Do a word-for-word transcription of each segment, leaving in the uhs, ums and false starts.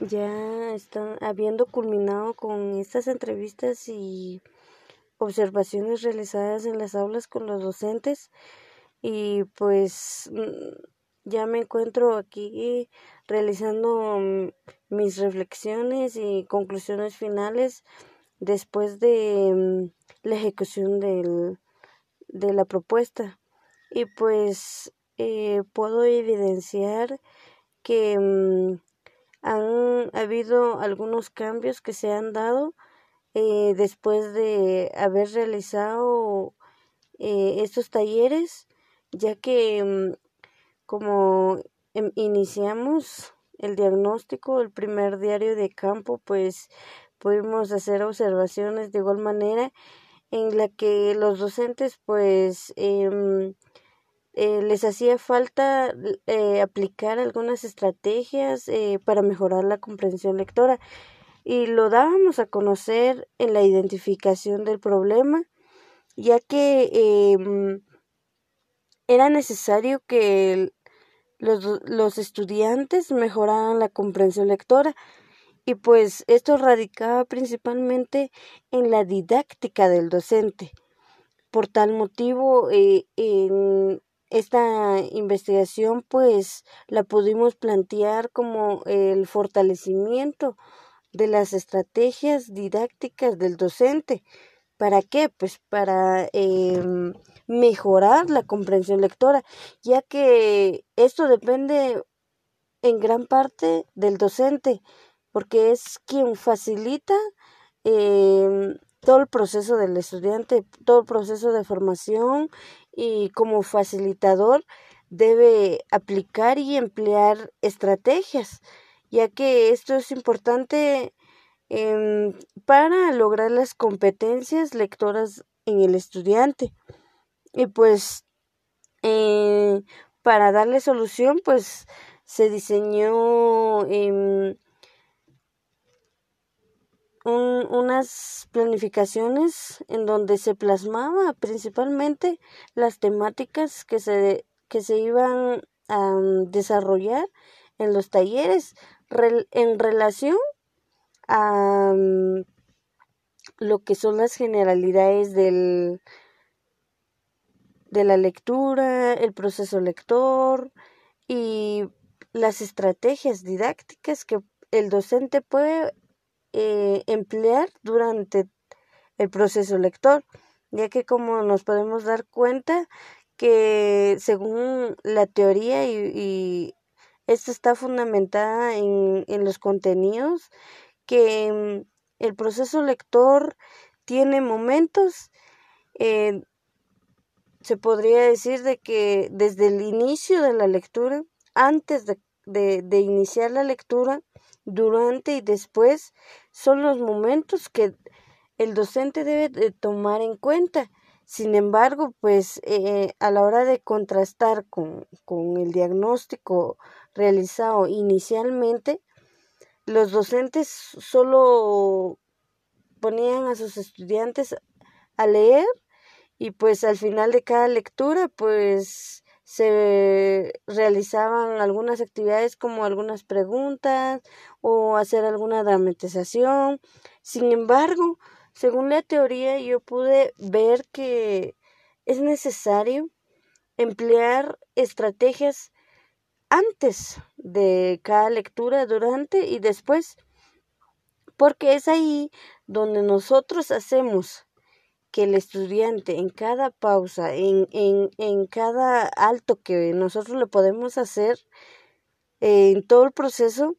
ya están habiendo culminado con estas entrevistas y observaciones realizadas en las aulas con los docentes, y pues ya me encuentro aquí realizando mis reflexiones y conclusiones finales después de la ejecución del, de la propuesta. Y pues eh, puedo evidenciar que um, han habido algunos cambios que se han dado eh, después de haber realizado eh, estos talleres, ya que um, como em, iniciamos el diagnóstico, el primer diario de campo, pues pudimos hacer observaciones de igual manera en la que los docentes pues eh, eh, les hacía falta eh, aplicar algunas estrategias eh, para mejorar la comprensión lectora, y lo dábamos a conocer en la identificación del problema, ya que eh, era necesario que los, los estudiantes mejoraran la comprensión lectora, y pues esto radicaba principalmente en la didáctica del docente. Por tal motivo, eh, en esta investigación pues la pudimos plantear como el fortalecimiento de las estrategias didácticas del docente. ¿Para qué? Pues para eh, mejorar la comprensión lectora, ya que esto depende en gran parte del docente, porque es quien facilita eh, todo el proceso del estudiante, todo el proceso de formación, y como facilitador debe aplicar y emplear estrategias, ya que esto es importante eh, para lograr las competencias lectoras en el estudiante. Y pues eh, para darle solución pues se diseñó eh, un, unas planificaciones en donde se plasmaba principalmente las temáticas que se, que se iban a um, desarrollar en los talleres re, en relación a um, lo que son las generalidades del, de la lectura, el proceso lector y las estrategias didácticas que el docente puede eh, emplear durante el proceso lector, ya que como nos podemos dar cuenta que según la teoría y, y esto está fundamentada en, en los contenidos, que el proceso lector tiene momentos, eh, se podría decir de que desde el inicio de la lectura, antes de, de, de iniciar la lectura, durante y después, son los momentos que el docente debe de tomar en cuenta. Sin embargo, pues eh, a la hora de contrastar con, con el diagnóstico realizado inicialmente, los docentes solo ponían a sus estudiantes a leer, y pues al final de cada lectura pues se realizaban algunas actividades como algunas preguntas o hacer alguna dramatización. Sin embargo, según la teoría, yo pude ver que es necesario emplear estrategias antes de cada lectura, durante y después, porque es ahí donde nosotros hacemos que el estudiante en cada pausa, en, en, en cada alto que nosotros le podemos hacer, eh, en todo el proceso,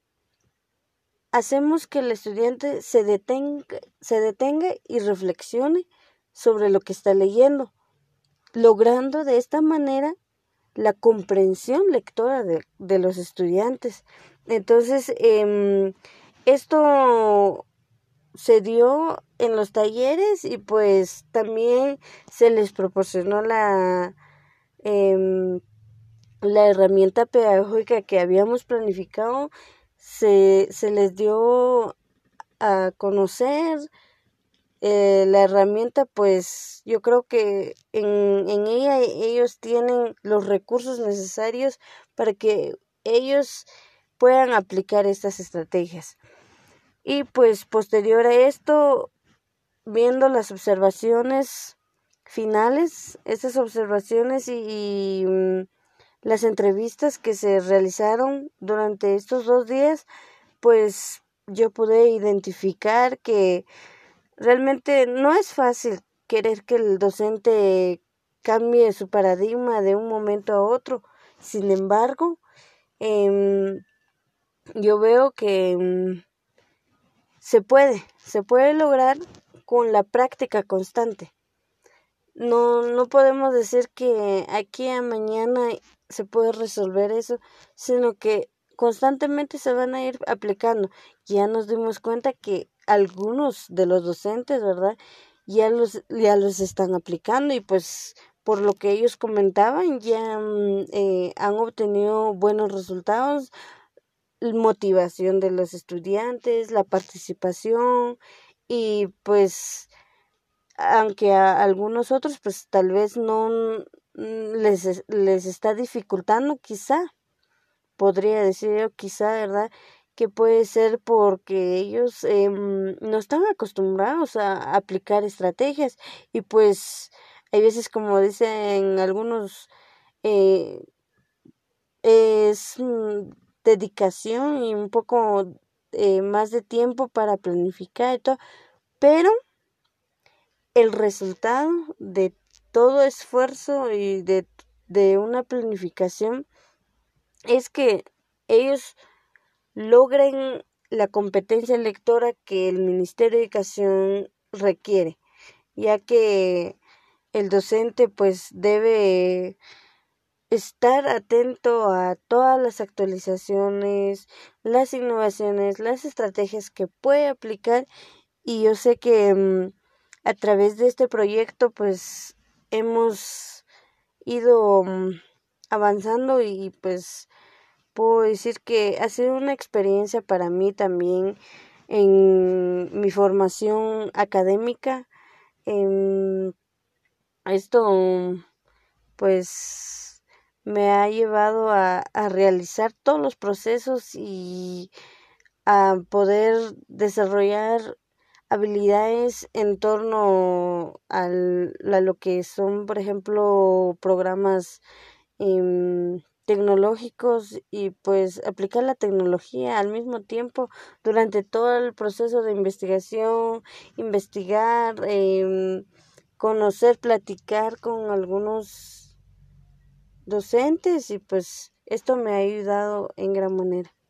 hacemos que el estudiante se detenga, se detenga y reflexione sobre lo que está leyendo, logrando de esta manera la comprensión lectora de, de los estudiantes. Entonces, eh, esto se dio en los talleres, y pues también se les proporcionó la eh, la herramienta pedagógica que habíamos planificado, se, se les dio a conocer eh, la herramienta. Pues yo creo que en, en ella ellos tienen los recursos necesarios para que ellos puedan aplicar estas estrategias. Y pues posterior a esto, viendo las observaciones finales, estas observaciones y, y um, las entrevistas que se realizaron durante estos dos días, pues yo pude identificar que realmente no es fácil querer que el docente cambie su paradigma de un momento a otro. Sin embargo, eh, yo veo que eh, se puede, se puede lograr con la práctica constante. No, no podemos decir que aquí a mañana se puede resolver eso, sino que constantemente se van a ir aplicando. Ya nos dimos cuenta que algunos de los docentes, ¿verdad? Ya los, ya los están aplicando y pues por lo que ellos comentaban ya eh, han obtenido buenos resultados, motivación de los estudiantes, la participación y pues aunque a algunos otros pues tal vez no les, les está dificultando, quizá, podría decir yo, quizá, ¿verdad? Que puede ser porque ellos eh, no están acostumbrados a aplicar estrategias y pues hay veces como dicen algunos eh, es mm, dedicación y un poco eh, más de tiempo para planificar y todo, pero el resultado de todo esfuerzo y de, de una planificación es que ellos logren la competencia lectora que el Ministerio de Educación requiere, ya que el docente pues debe estar atento a todas las actualizaciones, las innovaciones, las estrategias que puede aplicar y yo sé que um, a través de este proyecto pues hemos ido um, avanzando y pues puedo decir que ha sido una experiencia para mí también en mi formación académica. En esto pues me ha llevado a, a realizar todos los procesos y a poder desarrollar habilidades en torno al, a lo que son, por ejemplo, programas eh, tecnológicos y pues aplicar la tecnología al mismo tiempo durante todo el proceso de investigación, investigar, eh, conocer, platicar con algunos docentes y pues esto me ha ayudado en gran manera.